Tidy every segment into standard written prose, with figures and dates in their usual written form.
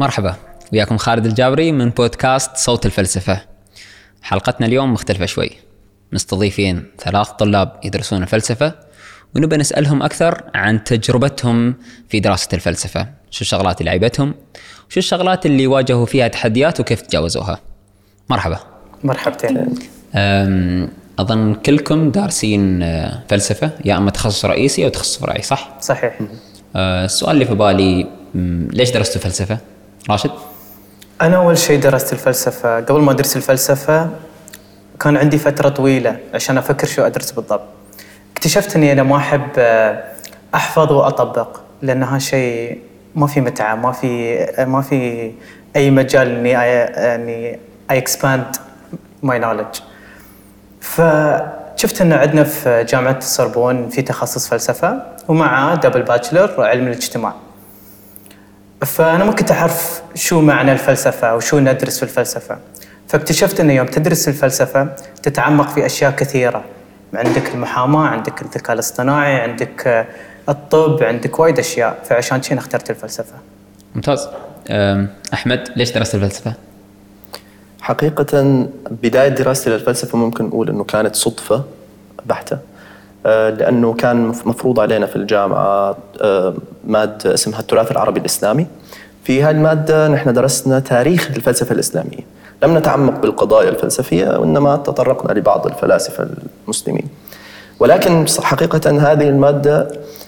مرحبا، وياكم خالد الجابري من بودكاست صوت الفلسفة. حلقتنا اليوم مختلفة شوي، مستضيفين 3 طلاب يدرسون الفلسفة ونبى نسألهم أكثر عن تجربتهم في دراسة الفلسفة، شو الشغلات اللي عيبتهم وشو الشغلات اللي واجهوا فيها تحديات وكيف تجاوزوها. مرحبا. مرحبتين. أظن كلكم دارسين فلسفة، يا أما تخصص رئيسي أو تخصص فرعي، صح؟ صحيح. السؤال اللي في بالي، ليش درستوا فلسفة؟ راشد؟ أنا أول شيء درست الفلسفة. قبل ما أدرس الفلسفة كان عندي فترة طويلة عشان أفكر شو أدرس بالضبط. اكتشفت أني أنا ما أحب أحفظ وأطبق، لأنها شيء ما في متعة، ما في أي مجال إني expand my knowledge. فشفت أن عندنا في جامعة السوربون في تخصص فلسفة ومع دبل باتشلر علم الاجتماع. فأنا ما كنت أعرف شو معنى الفلسفة وشو ندرس في الفلسفة. فاكتشفت أن يوم تدرس الفلسفة تتعمق في أشياء كثيرة، عندك المحاماة، عندك الذكاء الاصطناعي، عندك الطب، عندك وايد أشياء. فعشان شيء اخترت الفلسفة. ممتاز. أحمد، ليش درست الفلسفة؟ حقيقة بداية دراستي للفلسفة ممكن نقول أنه كانت صدفة بحتة، لأنه كان مفروض علينا في الجامعة مادة اسمها التراث العربي الإسلامي. في هذه المادة نحن درسنا تاريخ الفلسفة الإسلامية، لم نتعمق بالقضايا الفلسفية وإنما تطرقنا لبعض الفلاسفة المسلمين. ولكن حقيقة هذه المادة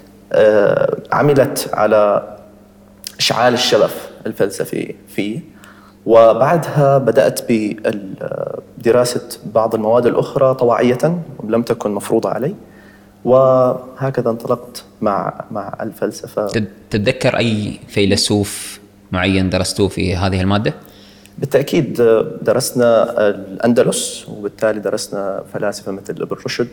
عملت على إشعال الشغف الفلسفي فيه، وبعدها بدأت بدراسة بعض المواد الأخرى طوعية لم تكن مفروضة علي، وهكذا انطلقت مع الفلسفة. تتذكر أي فيلسوف معين درستوه في هذه المادة؟ بالتأكيد درسنا الأندلس، وبالتالي درسنا فلاسفة مثل ابن رشد،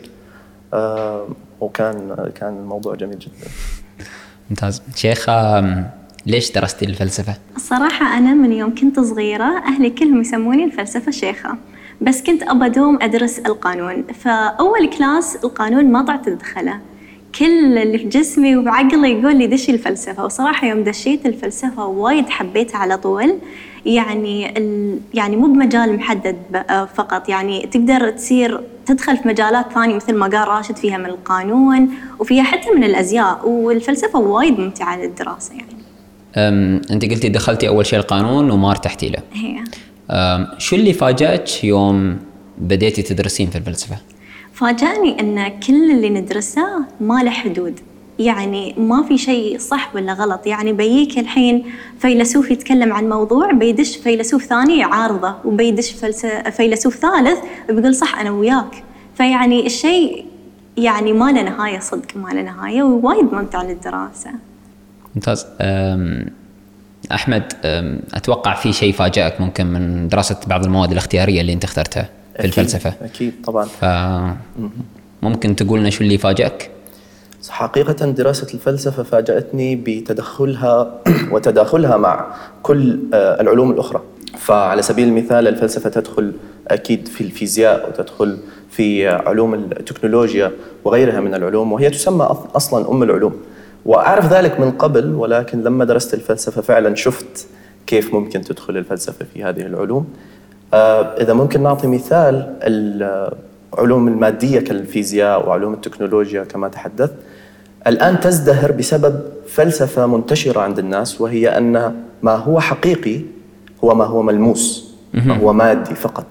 وكان الموضوع جميل جدا. ممتاز. شيخة، ليش درستي الفلسفة؟ الصراحة أنا من يوم كنت صغيرة أهلي كلهم يسموني الفلسفة شيخة، بس كنت أبدوم أدرس القانون. فأول كلاس القانون ما طعت أدخله، كل اللي في جسمي وبعقلي يقول لي دشي الفلسفة. وصراحة يوم دشيت الفلسفة وايد حبيتها على طول. يعني مو بمجال محدد فقط، يعني تقدر تدخل في مجالات ثانية مثل ما قال راشد، فيها من القانون وفيها حتى من الأزياء. والفلسفة وايد ممتعة للدراسة. يعني أنت قلتي دخلتي أول شيء القانون وما ارتحتي له. هي شو اللي فاجأك يوم بديتي تدرسين في الفلسفة؟ فاجأني أن كل اللي ندرسه ما له حدود، يعني ما في شيء صح ولا غلط. يعني بيجيك الحين فيلسوف يتكلم عن موضوع، بيدش فيلسوف ثاني يعارضه، وبيدش فيلسوف ثالث وبيقول صح أنا وياك. فيعني الشيء يعني ما له نهاية، صدق ما له نهاية، ووايد ممتع للدراسة. ممتاز. أحمد، أتوقع في شيء فاجأك ممكن من دراسة بعض المواد الاختيارية اللي أنت اخترتها في الفلسفة. أكيد طبعا. ممكن تقول لنا شو اللي فاجأك؟ حقيقة دراسة الفلسفة فاجأتني بتدخلها وتداخلها مع كل العلوم الأخرى. فعلى سبيل المثال الفلسفة تدخل أكيد في الفيزياء، وتدخل في علوم التكنولوجيا وغيرها من العلوم، وهي تسمى أصلا أم العلوم. وأعرف ذلك من قبل، ولكن لما درست الفلسفة فعلا شفت كيف ممكن تدخل الفلسفة في هذه العلوم. إذا ممكن نعطي مثال، العلوم المادية كالفيزياء وعلوم التكنولوجيا كما تحدث الآن تزدهر بسبب فلسفة منتشرة عند الناس، وهي أن ما هو حقيقي هو ما هو ملموس، ما هو مادي فقط.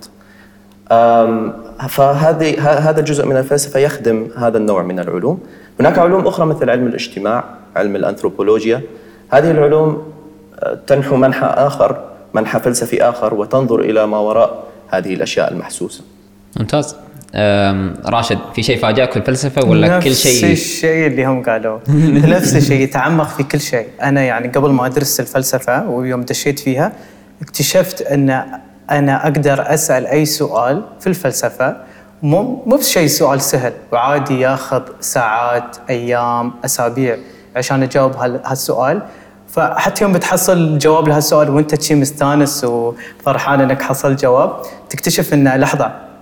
هذا جزء من الفلسفة يخدم هذا النوع من العلوم. هناك علوم أخرى مثل علم الاجتماع، علم الأنثروبولوجيا. هذه العلوم تنحو منحى فلسفي آخر، وتنظر إلى ما وراء هذه الأشياء المحسوسة. ممتاز. راشد، في شيء فاجأك في الفلسفة ولا كل شيء؟ نفس الشيء اللي هم قالوا. نفس الشيء، يتعمق في كل شيء. أنا يعني قبل ما أدرس الفلسفة ويوم دشيت فيها اكتشفت أن أنا أقدر أسأل أي سؤال في الفلسفة، مو بشيء سؤال سهل وعادي ياخذ ساعات، أيام، أسابيع عشان أجاوب هالسؤال. فحتى يوم بتحصل جواب لهالسؤال وانت تشي مستانس وفرحان انك حصل جواب، تكتشف ان لحظة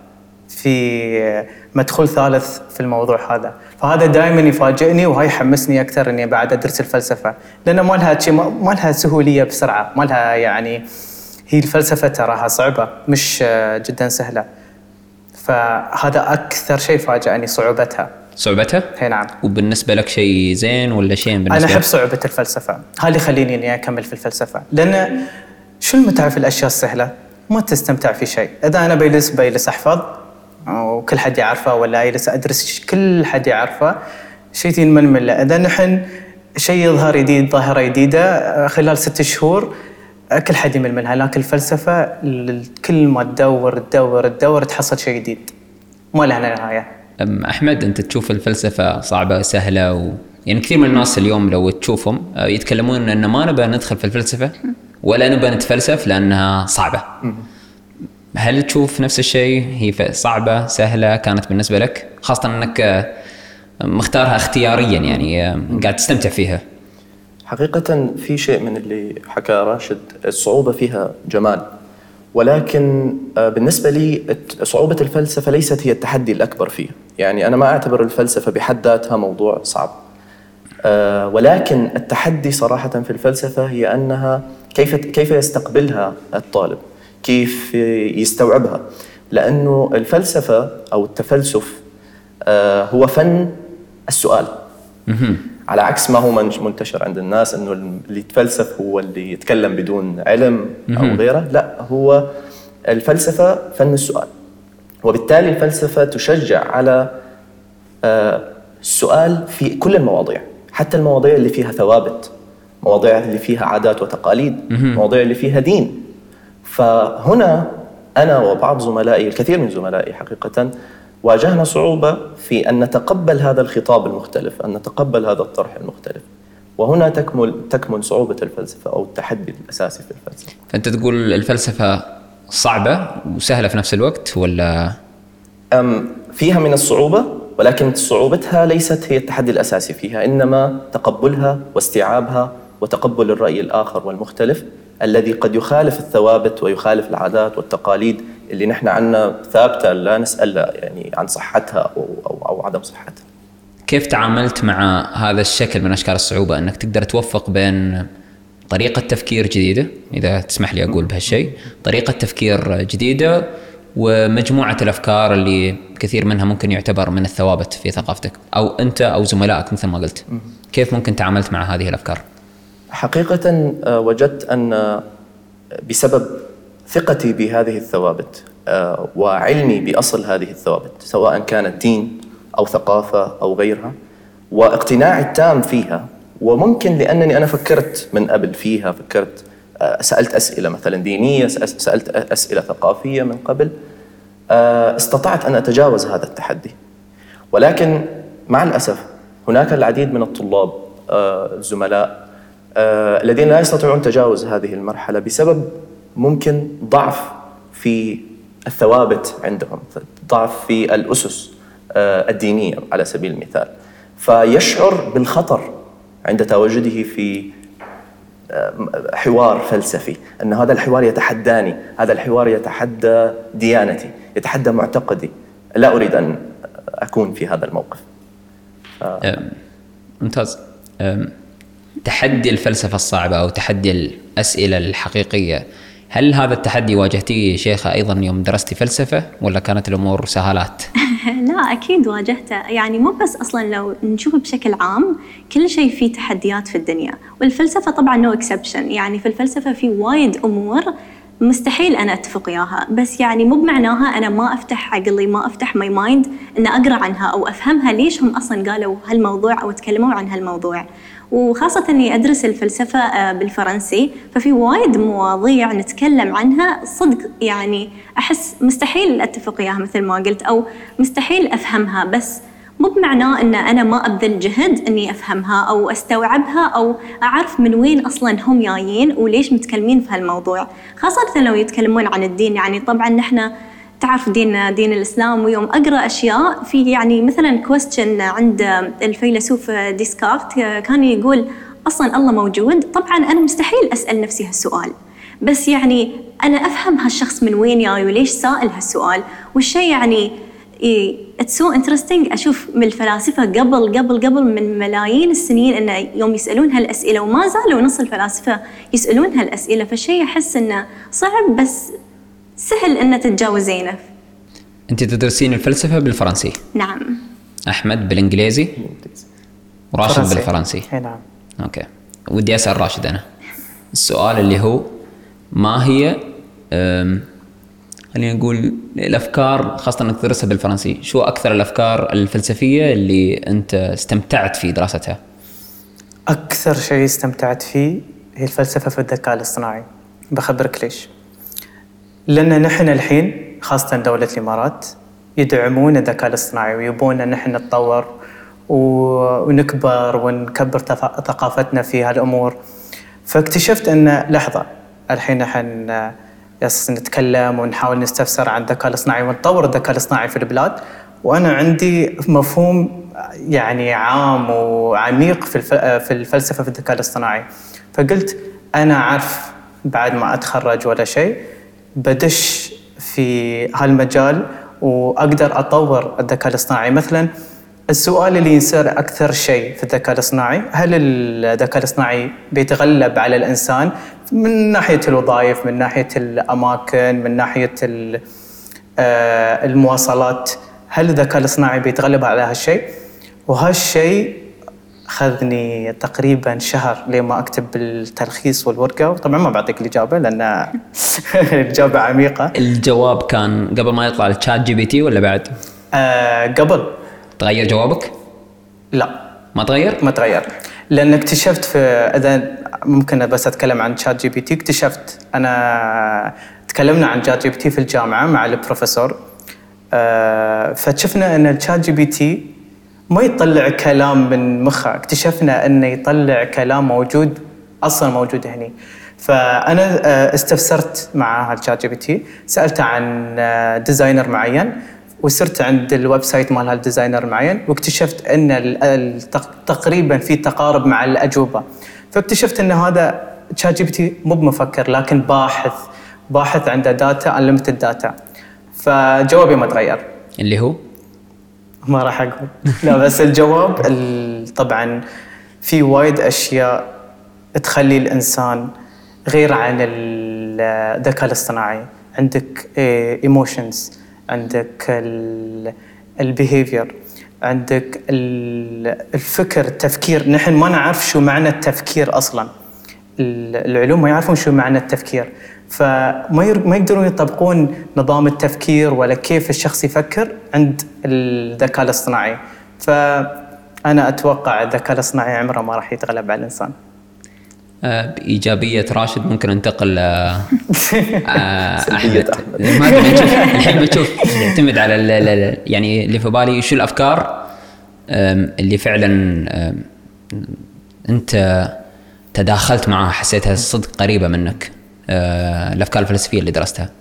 في مدخول ثالث في الموضوع هذا. فهذا دائما يفاجئني وهاي يحمسني أكثر إني بعد أدرس الفلسفة، لأن ما لها سهولية بسرعة، ما لها يعني، هي الفلسفة تراها صعبة مش جدا سهلة. فهذا أكثر شيء فاجأني، صعوبتها. هي نعم. وبالنسبة لك شيء زين ولا شيء بالنسبة أنا أحب صعوبة الفلسفة، هذا اللي يخليني إني أكمل في الفلسفة. لأن شو المتعة في الأشياء السهلة؟ ما تستمتع في شيء. إذا أنا بيلس أحفظ وكل حد يعرفه، ولا يجلس أدرس كل حد يعرفه، شيء ممل. إذا نحن شيء يظهر جديد، ظاهرة جديدة خلال 6 شهور كل حد يمل منها. لكن الفلسفة كل ما تدور تحصل شيء جديد، ما لها نهاية. أحمد، أنت تشوف الفلسفة صعبة سهلة يعني كثير من الناس اليوم لو تشوفهم يتكلمون أن ما نبغى ندخل في الفلسفة ولا نبغى نتفلسف لأنها صعبة. هل تشوف نفس الشيء؟ هي صعبة سهلة كانت بالنسبة لك، خاصة أنك مختارها اختياريا، يعني قاعد تستمتع فيها؟ حقيقة في شيء من اللي حكى راشد، الصعوبة فيها جمال، ولكن بالنسبة لي صعوبة الفلسفة ليست هي التحدي الأكبر فيها. يعني أنا ما أعتبر الفلسفة بحد ذاتها موضوع صعب، ولكن التحدي صراحة في الفلسفة هي أنها كيف يستقبلها الطالب، كيف يستوعبها. لأنه الفلسفة أو التفلسف هو فن السؤال، على عكس ما هو منتشر عند الناس أنه اللي يتفلسف هو اللي يتكلم بدون علم أو غيره. لا، هو الفلسفة فن السؤال، وبالتالي الفلسفة تشجع على السؤال في كل المواضيع، حتى المواضيع اللي فيها ثوابت، مواضيع اللي فيها عادات وتقاليد، مواضيع اللي فيها دين. فهنا أنا وبعض زملائي، الكثير من زملائي حقيقة، واجهنا صعوبة في أن نتقبل هذا الخطاب المختلف، أن نتقبل هذا الطرح المختلف. وهنا تكمن صعوبة الفلسفة أو التحدي الأساسي في الفلسفة. فأنت تقول الفلسفة صعبة وسهلة في نفس الوقت، ولا؟ فيها من الصعوبة، ولكن صعوبتها ليست هي التحدي الأساسي فيها، إنما تقبلها واستيعابها وتقبل الرأي الآخر والمختلف الذي قد يخالف الثوابت ويخالف العادات والتقاليد اللي نحن عنا ثابتة لا نسأل يعني عن صحتها أو عدم صحتها. كيف تعاملت مع هذا الشكل من أشكال الصعوبة، أنك تقدر توفق بين طريقة تفكير جديدة، إذا تسمح لي أقول بهالشيء، طريقة تفكير جديدة ومجموعة الأفكار اللي كثير منها ممكن يعتبر من الثوابت في ثقافتك أو أنت أو زملائك مثل ما قلت؟ كيف ممكن تعاملت مع هذه الأفكار؟ حقيقة وجدت أن بسبب ثقتي بهذه الثوابت وعلمي بأصل هذه الثوابت، سواء كانت دين أو ثقافة أو غيرها، واقتناعي التام فيها، وممكن لأنني أنا فكرت من قبل فيها، فكرت سألت أسئلة مثلا دينية، سألت أسئلة ثقافية من قبل، استطعت أن أتجاوز هذا التحدي. ولكن مع الأسف هناك العديد من الطلاب الزملاء الذين لا يستطيعون تجاوز هذه المرحلة بسبب ممكن ضعف في الثوابت عندهم، ضعف في الأسس الدينية على سبيل المثال، فيشعر بالخطر عند تواجده في حوار فلسفي، أن هذا الحوار يتحداني، هذا الحوار يتحدى ديانتي، يتحدى معتقدي، لا أريد أن أكون في هذا الموقف. ممتاز. تحدي الفلسفة الصعبة أو تحدي الأسئلة الحقيقية، هل هذا التحدي واجهتيه شيخة أيضا يوم درستي فلسفة، ولا كانت الأمور سهالات؟ لا أكيد واجهته، يعني مو بس أصلا لو نشوف بشكل عام كل شيء فيه تحديات في الدنيا، والفلسفة طبعا نو إكسبشن. يعني في الفلسفة في وايد أمور مستحيل أنا أتفق إياها، بس يعني مو بمعناها أنا ما أفتح عقلي، ما أفتح ماي مايند إن أقرأ عنها أو أفهمها ليش هم أصلا قالوا هالموضوع أو تكلموا عن هالموضوع. وخاصة أني أدرس الفلسفة بالفرنسي، ففي وايد مواضيع نتكلم عنها صدق يعني أحس مستحيل أتفق إياها مثل ما قلت، أو مستحيل أفهمها، بس مو بمعناه أن أنا ما أبذل جهد أني أفهمها أو أستوعبها أو أعرف من وين أصلاً هم جايين وليش متكلمين في هالموضوع. خاصة لو يتكلمون عن الدين، يعني طبعاً نحن تعرف دين الإسلام، ويوم أقرأ أشياء في يعني مثلاً question عند الفيلسوف ديسكارت كان يقول أصلاً الله موجود. طبعاً أنا مستحيل أسأل نفسي هالسؤال، بس يعني أنا أفهم هالشخص من وين جاي وليش سائل هالسؤال. والشيء يعني it's so interesting أشوف من الفلاسفة قبل من ملايين السنين إنه يوم يسألون هالأسئلة، وما زالوا نص الفلاسفة يسألون هالأسئلة. فالشيء أحس إنه صعب بس سهل إنه تتجاوزينه. أنت تدرسين الفلسفة بالفرنسي؟ نعم. أحمد بالإنجليزي؟ وراشد فرنسي. بالفرنسي؟ نعم. أوكي. ودي أسأل راشد أنا السؤال اللي هو ما هي خلينا نقول الأفكار، خاصة أنك تدرسها بالفرنسي، شو أكثر الأفكار الفلسفية اللي أنت استمتعت في دراستها؟ أكثر شيء استمتعت فيه هي الفلسفة في الذكاء الاصطناعي. بخبرك ليش. لأن نحن الحين خاصة دولة الإمارات يدعمون الذكاء الاصطناعي ويبون أن نحن نتطور ونكبر ونكبر ثقافتنا في هالأمور. فاكتشفت أن لحظة، الحين نحن نتكلم ونحاول نستفسر عن الذكاء الاصطناعي ونطور الذكاء الاصطناعي في البلاد، وأنا عندي مفهوم يعني عام وعميق في الفلسفة في الذكاء الاصطناعي. فقلت أنا عارف بعد ما أتخرج ولا شيء بدش في هالمجال وأقدر أطور الذكاء الاصطناعي. مثلا السؤال اللي ينسأل أكثر شيء في الذكاء الاصطناعي، هل الذكاء الاصطناعي بيتغلب على الإنسان من ناحية الوظائف، من ناحية الأماكن، من ناحية المواصلات؟ هل الذكاء الاصطناعي بيتغلب على هالشيء؟ وهالشيء أخذني تقريبا شهر لما أكتب التلخيص والورقة. وطبعا ما بعطيك الإجابة لأن الإجابة عميقة. الجواب كان قبل ما يطلع الشات جي بي تي ولا بعد؟ قبل. تغير جوابك؟ لا ما تغير؟ ما تغير، لأن اكتشفت إذا ممكن بس أتكلم عن شات جي بي تي. اكتشفت أنا تكلمنا عن شات جي بي تي في الجامعة مع البروفيسور، فاكتشفنا أن الشات جي بي تي ما يطلع كلام من مخه، اكتشفنا أنه يطلع كلام موجود أصلا موجود هني. فأنا استفسرت مع هالشات جي بي تي، سألته عن ديزاينر معين وصرت عند الويب سايت مال هالديزاينر معين، واكتشفت أن تقريبا في تقارب مع الأجوبة. فاكتشفت أن هذا شات جي بي تي مو بمفكر لكن باحث عنده داتا unlimited داتا. فجوابي ما تغير. اللي هو ما راح أقول لا، بس الجواب طبعا في وايد أشياء تخلي الإنسان غير عن الذكاء الاصطناعي. عندك emotions، عندك البيهيفير، عندك الفكر، التفكير. نحن ما نعرف شو معنى التفكير أصلا، العلوم ما يعرفون شو معنى التفكير، فما يقدرون يطبقون نظام التفكير ولا كيف الشخص يفكر عند الذكاء الاصطناعي. فأنا أتوقع الذكاء الاصطناعي عمره ما راح يتغلب على الإنسان. بإيجابية راشد ممكن ننتقل أحمد. الحين بتشوف يعتمد على يعني اللي في بالي شو الأفكار اللي فعلا أنت تداخلت معها، حسيتها صدق قريبة منك، الأفكار الفلسفية اللي درستها.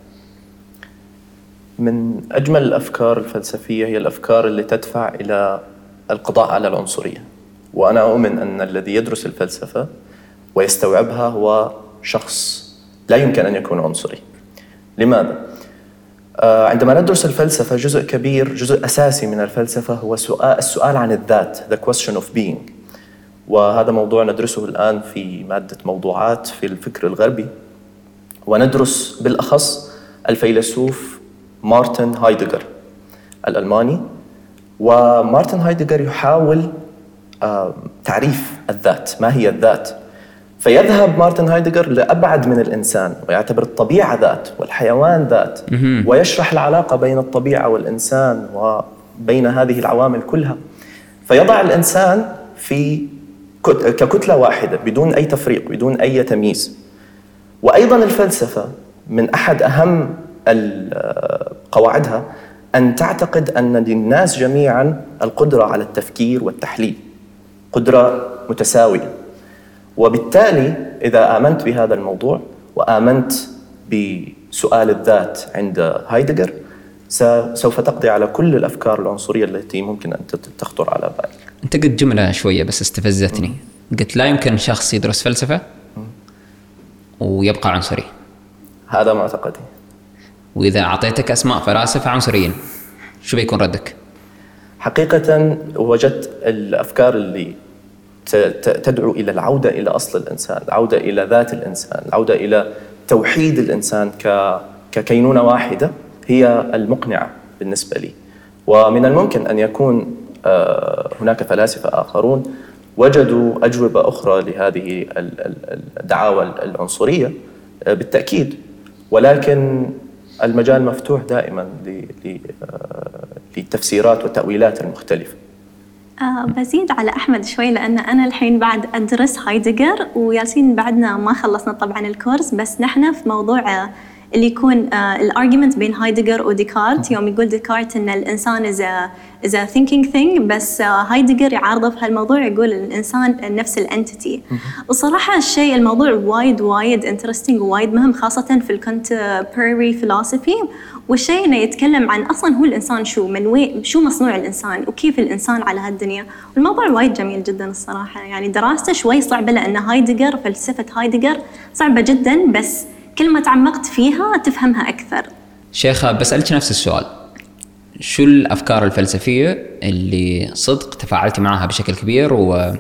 من أجمل الأفكار الفلسفية هي الأفكار اللي تدفع إلى القضاء على العنصرية. وأنا أؤمن أن الذي يدرس الفلسفة ويستوعبها هو شخص لا يمكن أن يكون عنصري. لماذا؟ عندما ندرس الفلسفة جزء أساسي من الفلسفة هو السؤال عن الذات، the question of being. وهذا موضوع ندرسه الآن في مادة موضوعات في الفكر الغربي، وندرس بالأخص الفيلسوف مارتن هايدغر الألماني. ومارتن هايدغر يحاول تعريف الذات، ما هي الذات؟ فيذهب مارتن هايدغر لأبعد من الإنسان ويعتبر الطبيعة ذات والحيوان ذات، ويشرح العلاقة بين الطبيعة والإنسان وبين هذه العوامل كلها، فيضع الإنسان ككتلة واحدة بدون أي تفريق، بدون أي تمييز. وأيضا الفلسفة من أحد أهم قواعدها أن تعتقد أن للناس جميعا القدرة على التفكير والتحليل، قدرة متساوية. وبالتالي إذا آمنت بهذا الموضوع وآمنت بسؤال الذات عند هايدغر سوف تقضي على كل الأفكار العنصرية التي ممكن أن تخطر على بالك. أنت قلت جملة شوية بس استفزتني، قلت لا يمكن شخص يدرس فلسفة ويبقى عنصري. هذا معتقدي. وإذا أعطيتك أسماء فلاسفة عنصريين شو بيكون ردك؟ حقيقة وجدت الأفكار اللي تدعو إلى العودة إلى أصل الإنسان، العودة إلى ذات الإنسان، العودة إلى توحيد الإنسان ككينونة واحدة هي المقنعة بالنسبة لي. ومن الممكن أن يكون هناك فلاسفة آخرون وجدوا أجوبة أخرى لهذه الدعاوى العنصرية بالتأكيد، ولكن المجال مفتوح دائما للتفسيرات والتأويلات المختلفة. بزيد على أحمد شوي، لأن أنا الحين بعد أدرس هايدغر، وياسين بعدنا ما خلصنا طبعا الكورس، بس نحن في موضوع اللي يكون الارجيومنت بين هايدغر وديكارت. يوم يقول ديكارت ان الانسان is a thinking thing، بس هايدغر يعارضه في هالموضوع، يقول الانسان نفس الانتيتي. وصراحه الموضوع وايد انترستينج ووايد مهم، خاصه في الكونتمبوراري فيلوسفي، والشيء انه يتكلم عن اصلا هو الانسان شو، من وين، شو مصنوع الانسان وكيف الانسان على هالدنيا. والموضوع وايد جميل جدا الصراحه، يعني دراسته شوي صعبه لان هايدغر، فلسفه هايدغر صعبه جدا، بس كل ما تعمقت فيها تفهمها أكثر. شيخة بسألك نفس السؤال، شو الأفكار الفلسفية اللي صدق تفاعلتي معها بشكل كبير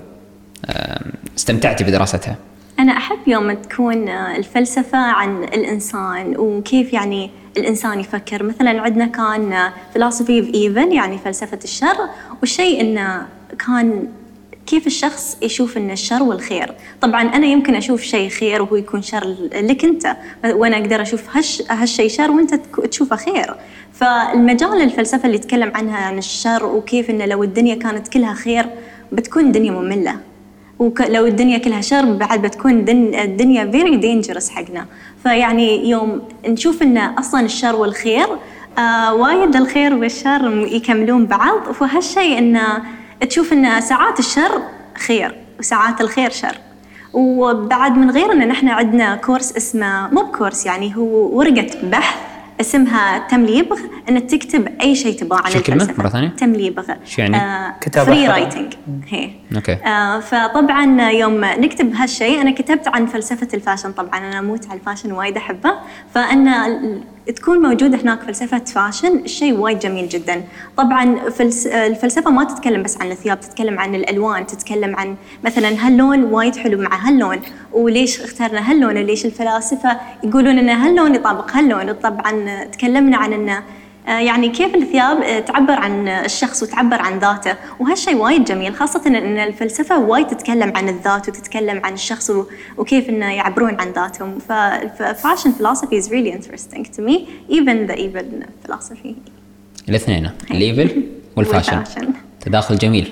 واستمتعتي بدراستها؟ أنا أحب يوم تكون الفلسفة عن الإنسان وكيف يعني الإنسان يفكر. مثلا عندنا كان philosophy of evil، يعني فلسفة الشر، والشيء إنه كان كيف الشخص يشوف إن الشر والخير. طبعاً أنا يمكن أشوف شيء خير وهو يكون شر لك أنت، وأنا أقدر أشوف هالشيء شر وأنت تشوفه خير. فالمجال الفلسفة اللي يتكلم عنها عن الشر، وكيف إن لو الدنيا كانت كلها خير بتكون الدنيا مملة، ولو الدنيا كلها شر بعد بتكون الدنيا very dangerous حقنا. فيعني يوم نشوف إن أصلاً الشر والخير وايد الخير والشر يكملون بعض، فهالشيء إنه تشوف إن ساعات الشر خير وساعات الخير شر. وبعد من غير إن نحن عندنا كورس اسمه، مو بكورس يعني، هو ورقة بحث اسمها تمليبغ، إن تكتب أي شيء تبغى عن الفلسفة. مرة ثانية؟ تمليبغ شو يعني؟ كتابة فري رايتنج. هي. أوكي. فطبعا يوم نكتب هالشيء، أنا كتبت عن فلسفة الفاشن. طبعا أنا أموت على الفاشن وايد أحبه، فأن تكون موجودة هناك فلسفة فاشن الشيء وايد جميل جدا. طبعا الفلسفة ما تتكلم بس عن الثياب، تتكلم عن الألوان، تتكلم عن مثلا هاللون وايد حلو مع هاللون، وليش اخترنا هاللون، وليش الفلاسفة يقولون إن هاللون يطابق هاللون. طبعا تكلمنا عن إنه يعني كيف الثياب تعبر عن الشخص وتعبر عن ذاته، وهالشيء وايد جميل، خاصة إن الفلسفة وايد تتكلم عن الذات وتتكلم عن الشخص وكيف إنه يعبرون عن ذاتهم. ففاشن philosophy is really interesting to me, even the evil philosophy. الاثنين، الإيفل والفاشن، تداخل جميل.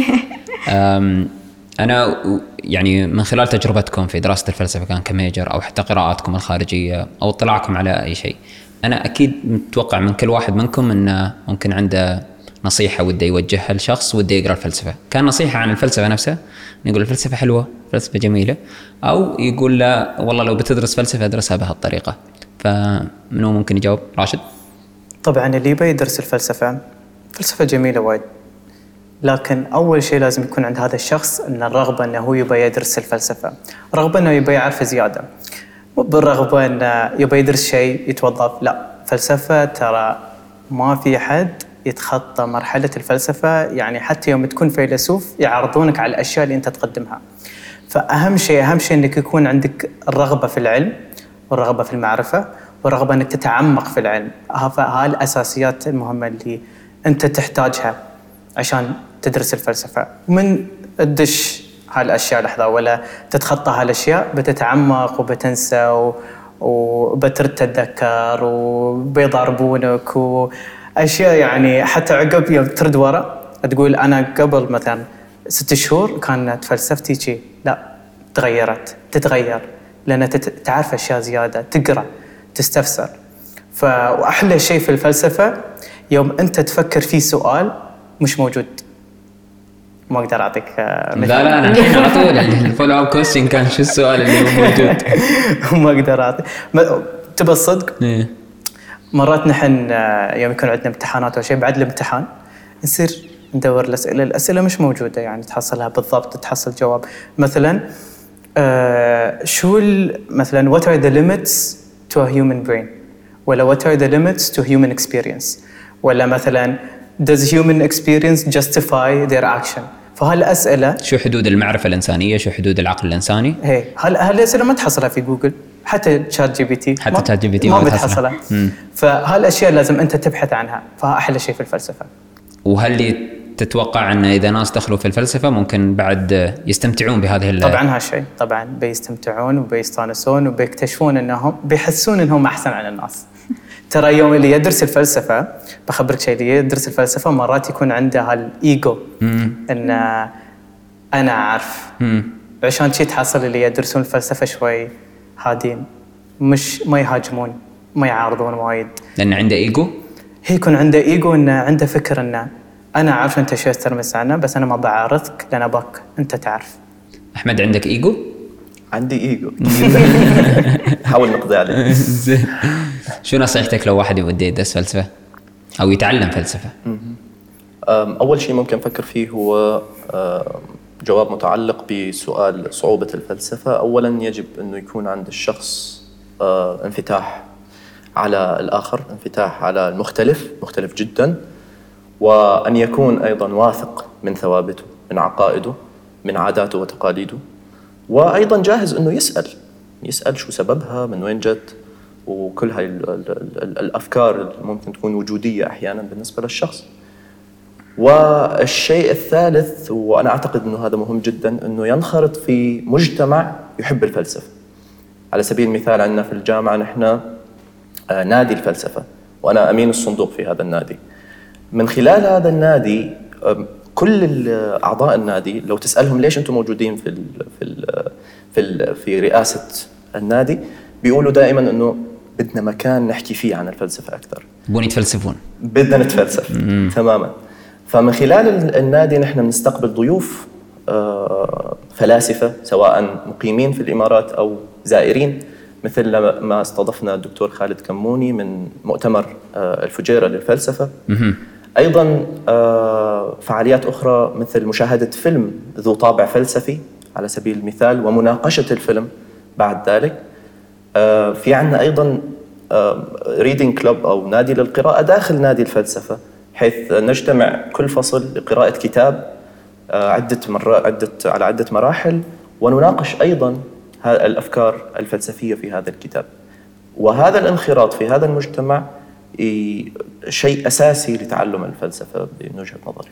أنا يعني من خلال تجربتكم في دراسة الفلسفة كان كميجر أو حتى قراءاتكم الخارجية أو اطلاعكم على أي شيء، أنا أكيد متوقع من كل واحد منكم أنه ممكن عنده نصيحة وده يوجهها لشخص وده يقرأ الفلسفة. كان نصيحة عن الفلسفة نفسها، يقول الفلسفة حلوة، الفلسفة جميلة، أو يقول لا والله لو بتدرس فلسفة أدرسها بهالطريقة. فمنو ممكن يجاوب؟ راشد؟ طبعا اللي يبي يدرس الفلسفة جميلة وايد، لكن أول شيء لازم يكون عند هذا الشخص أن الرغبة أنه هو يبي يدرس الفلسفة، رغبة أنه يبي يعرف زيادة، مو بالرغبة أنه يبي يدرس شيء يتوظف. لا، فلسفة ترى ما في حد يتخطى مرحلة الفلسفة، يعني حتى يوم تكون فيلسوف يعرضونك على الأشياء اللي أنت تقدمها. فأهم شيء أنك يكون عندك الرغبة في العلم والرغبة في المعرفة والرغبة أنك تتعمق في العلم. هاي الأساسيات المهمة اللي أنت تحتاجها عشان تدرس الفلسفة. ومن تدش هالأشياء لحظة ولا تتخطى هالأشياء بتتعمق وبتنسى وبترد تتذكر وبيضربونك وأشياء، يعني حتى عقب يوم ترد ورا تقول أنا قبل مثلا 6 شهور كانت فلسفتي شيء، لا تتغير لأن تعرف أشياء زيادة، تقرأ، تستفسر. وأحلى شيء في الفلسفة يوم أنت تفكر في سؤال مش موجود. ما أقدر أعطيك لا أنا الحين على طول يعني الفولو اب كويستشن كان شو السؤال اللي هو موجود. ما أقدر أعطي. تبى الصدق؟ مرات نحن يوم يكون عندنا امتحانات أو شيء، بعد الامتحان نصير ندور الأسئلة مش موجودة، يعني تحصلها بالضبط، تحصل جواب. مثلا شو مثلا what are the limits to a human brain ولا what are the limits to human experience ولا مثلا does human experience justify their action. فهالأسئلة شو حدود المعرفة الإنسانية، شو حدود العقل الإنساني. هالأسئلة ما تحصلها في جوجل، حتى شات جي بي تي ما بتحصلها. فهالأشياء لازم أنت تبحث عنها، فأحلى شيء في الفلسفة. وهل تتوقع أن إذا ناس دخلوا في الفلسفة ممكن بعد يستمتعون بهذه طبعا هالشيء، طبعا بيستمتعون وبيستانسون وبيكتشفون أنهم بيحسون أنهم أحسن عن الناس. ترى يوم اللي يدرس الفلسفة، بخبرك شيء، اللي يدرس الفلسفة مرات يكون عنده هالإيجو إن أنا أعرف. عشان شيء تحصل اللي يدرسون الفلسفة شوي هادين، مش ما يهاجمون ما يعارضون وايد، لأن عنده إيجو. هي يكون عنده إيجو، إنه عنده فكر إنه أنا أعرف أنت شو ترمس عنه، بس أنا ما بعارضك لأن أباك أنت تعرف. أحمد عندك إيجو؟ عندي إيجو. حاول نقضي عليه. شو نصيحتك لو واحد يبغى يدرس فلسفة أو يتعلم فلسفة؟ أول شيء ممكن أفكر فيه هو جواب متعلق بسؤال صعوبة الفلسفة. أولاً يجب أنه يكون عند الشخص انفتاح على الآخر، انفتاح على المختلف، مختلف جداً، وأن يكون أيضاً واثق من ثوابته، من عقائده، من عاداته وتقاليده، وأيضاً جاهز أنه يسأل شو سببها، من وين جت، وكل هاي الأفكار اللي ممكن تكون وجودية أحياناً بالنسبة للشخص. والشيء الثالث، وأنا أعتقد أنه هذا مهم جداً، أنه ينخرط في مجتمع يحب الفلسفة. على سبيل المثال عندنا في الجامعة نحن نادي الفلسفة، وأنا أمين الصندوق في هذا النادي. من خلال هذا النادي كل أعضاء النادي لو تسألهم ليش أنتم موجودين في رئاسة النادي، بيقولوا دائماً أنه بدنا مكان نحكي فيه عن الفلسفة أكثر. بدنا يتفلسفون، بدنا نتفلسف تماماً. فمن خلال النادي نحن بنستقبل ضيوف فلاسفة، سواء مقيمين في الإمارات أو زائرين، مثل ما استضفنا الدكتور خالد كموني من مؤتمر الفجيرة للفلسفة. أيضاً فعاليات أخرى مثل مشاهدة فيلم ذو طابع فلسفي على سبيل المثال، ومناقشة الفيلم بعد ذلك. في عنا أيضاً reading club أو نادي للقراءة داخل نادي الفلسفة، حيث نجتمع كل فصل لقراءة كتاب على عدة مراحل، ونناقش أيضاً الأفكار الفلسفية في هذا الكتاب. وهذا الانخراط في هذا المجتمع شيء أساسي لتعلم الفلسفة من وجهة نظري.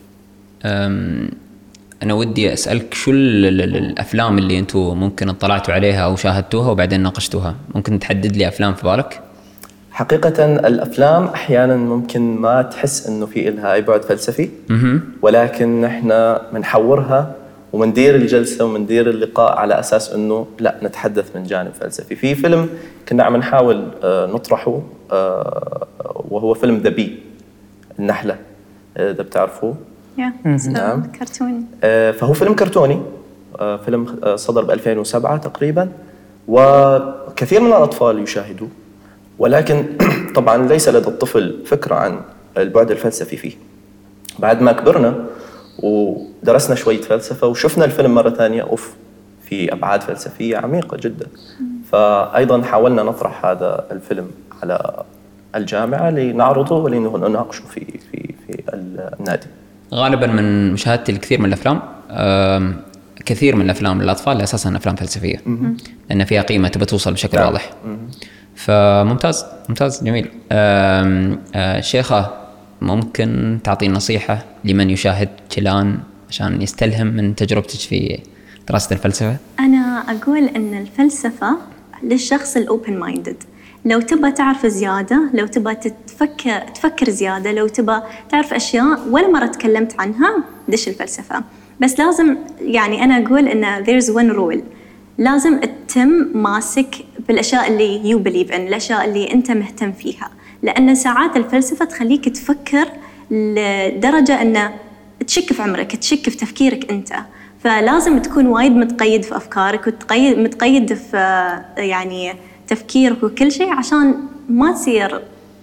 أنا ودي أسألك شو الأفلام اللي أنتم ممكن اطلعتوا عليها أو شاهدتوها وبعدين ناقشتوها؟ ممكن تحدد لي أفلام في بالك؟ حقيقة الأفلام أحياناً ممكن ما تحس إنه في إلها أي بعد فلسفي، ولكن نحن منحورها ومندير الجلسة ومندير اللقاء على أساس إنه لا نتحدث من جانب فلسفي. في فيلم كنا عم نحاول نطرحه وهو فيلم ذا بي، النحلة، إذا بتعرفوه. نعم. كرتوني. فهو فيلم كرتوني، فيلم صدر ب 2007 تقريباً، وكثير من الأطفال يشاهدوه، ولكن طبعاً ليس لدى الطفل فكرة عن البعد الفلسفي فيه. بعد ما كبرنا ودرسنا شوية فلسفة وشفنا الفيلم مرة ثانية، في أبعاد فلسفية عميقة جداً. فأيضاً حاولنا نطرح هذا الفيلم على الجامعة لنعرضه ولنناقشه في النادي. غالباً من مشاهدتي الكثير من الأفلام، كثير من الأفلام للأطفال أساساً أفلام فلسفية، لأن فيها قيمة تبى توصل بشكل واضح. فممتاز، ممتاز، جميل. شيخة، ممكن تعطي نصيحة لمن يشاهد كلان عشان يستلهم من تجربتك في دراسة الفلسفة؟ أنا أقول أن الفلسفة للشخص الأوبن مايندد. لو تبى تعرف زيادة، لو تبى تفكر زيادة، لو تبى تعرف أشياء ولا مرة تكلمت عنها، دش الفلسفة. بس لازم، يعني أنا أقول أن there's one rule، لازم تتم ماسك بالأشياء اللي you believe in، الأشياء اللي أنت مهتم فيها، لأن ساعات الفلسفة تخليك تفكر لدرجة أن تشك في عمرك، تشك في تفكيرك أنت. فلازم تكون وايد متقيد في أفكارك متقيد في يعني تفكيرك وكل شيء، عشان ما تصير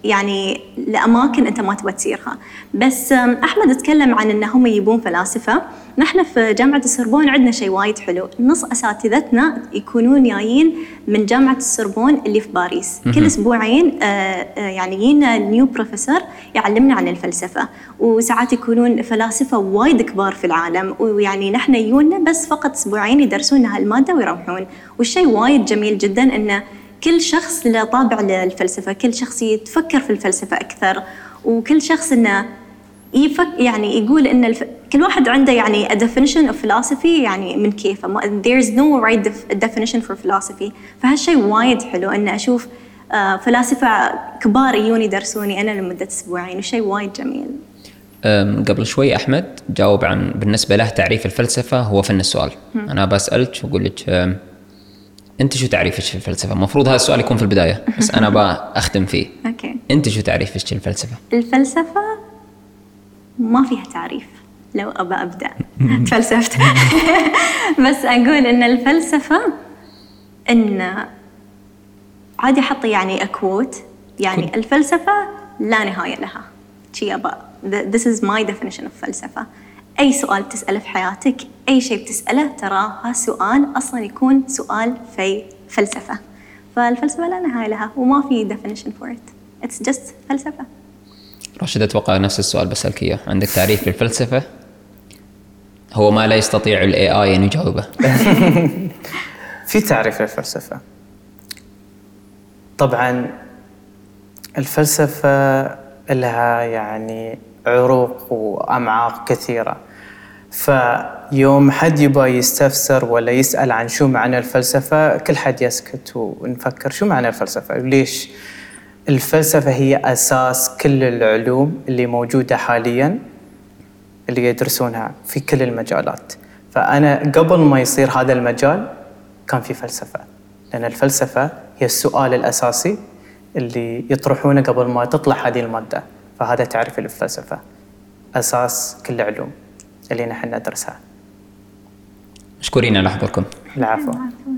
يعني لأماكن أنت ما تبغى تسيرها. بس أحمد تكلم عن أنهم يجيبون فلاسفة. نحن في جامعة السوربون عندنا شيء وايد حلو، نص أساتذتنا يكونون جايين من جامعة السوربون اللي في باريس. كل أسبوعين يعني يجينا نيو بروفيسور يعلمنا عن الفلسفة، وساعات يكونون فلاسفة وايد كبار في العالم، ويعني نحن يجونا بس فقط أسبوعين يدرسونا هالمادة ويروحون. والشيء وايد جميل جدا إنه كل شخص له طابع للفلسفة، كل شخص يتفكر في الفلسفة أكثر، وكل شخص إنه يعني يقول إن كل واحد عنده يعني a definition of philosophy يعني من كيفه. there's no right definition for philosophy. فهالشيء وايد حلو إن أشوف فلاسفة كبار يجون يدرسوني أنا لمدة أسبوعين، وشيء وايد جميل. قبل شوي أحمد جاوب عن بالنسبة له تعريف الفلسفة هو فن السؤال. أنا بسألك وأقول لك أنت شو تعريفك في الفلسفة؟ المفروض هذا السؤال يكون في البداية بس أنا بأختم فيه. أوكي. أنت شو تعريفك في الفلسفة؟ الفلسفة ما فيها تعريف لو أبدأ فلسفت بس أقول إن الفلسفة إن عادي أحط يعني أكوت يعني الفلسفة لا نهاية لها. This is my definition of فلسفة. أي سؤال تسأله في حياتك، أي شيء بتسأله ترى هالسؤال أصلاً يكون سؤال في فلسفة. فالفلسفة لا نهاية لها وما في definition for it. It's just فلسفة. راشد أتوقع نفس السؤال بسألك إياه. عندك تعريف للفلسفة هو ما لا يستطيع ال AI أن يجاوبه؟ في تعريف للفلسفة. طبعاً الفلسفة لها يعني عروق وأمعاق كثيرة، فيوم حد يبغى يستفسر ولا يسأل عن شو معنى الفلسفة كل حد يسكت ونفكر شو معنى الفلسفة. ليش؟ الفلسفة هي أساس كل العلوم اللي موجودة حالياً اللي يدرسونها في كل المجالات. فأنا قبل ما يصير هذا المجال كان في فلسفة، لأن الفلسفة هي السؤال الأساسي اللي يطرحونه قبل ما تطلع هذه المادة. فهذا تعريف الفلسفة، أساس كل العلوم اللي نحن ندرسها. مشكورين على حضوركم. العفو.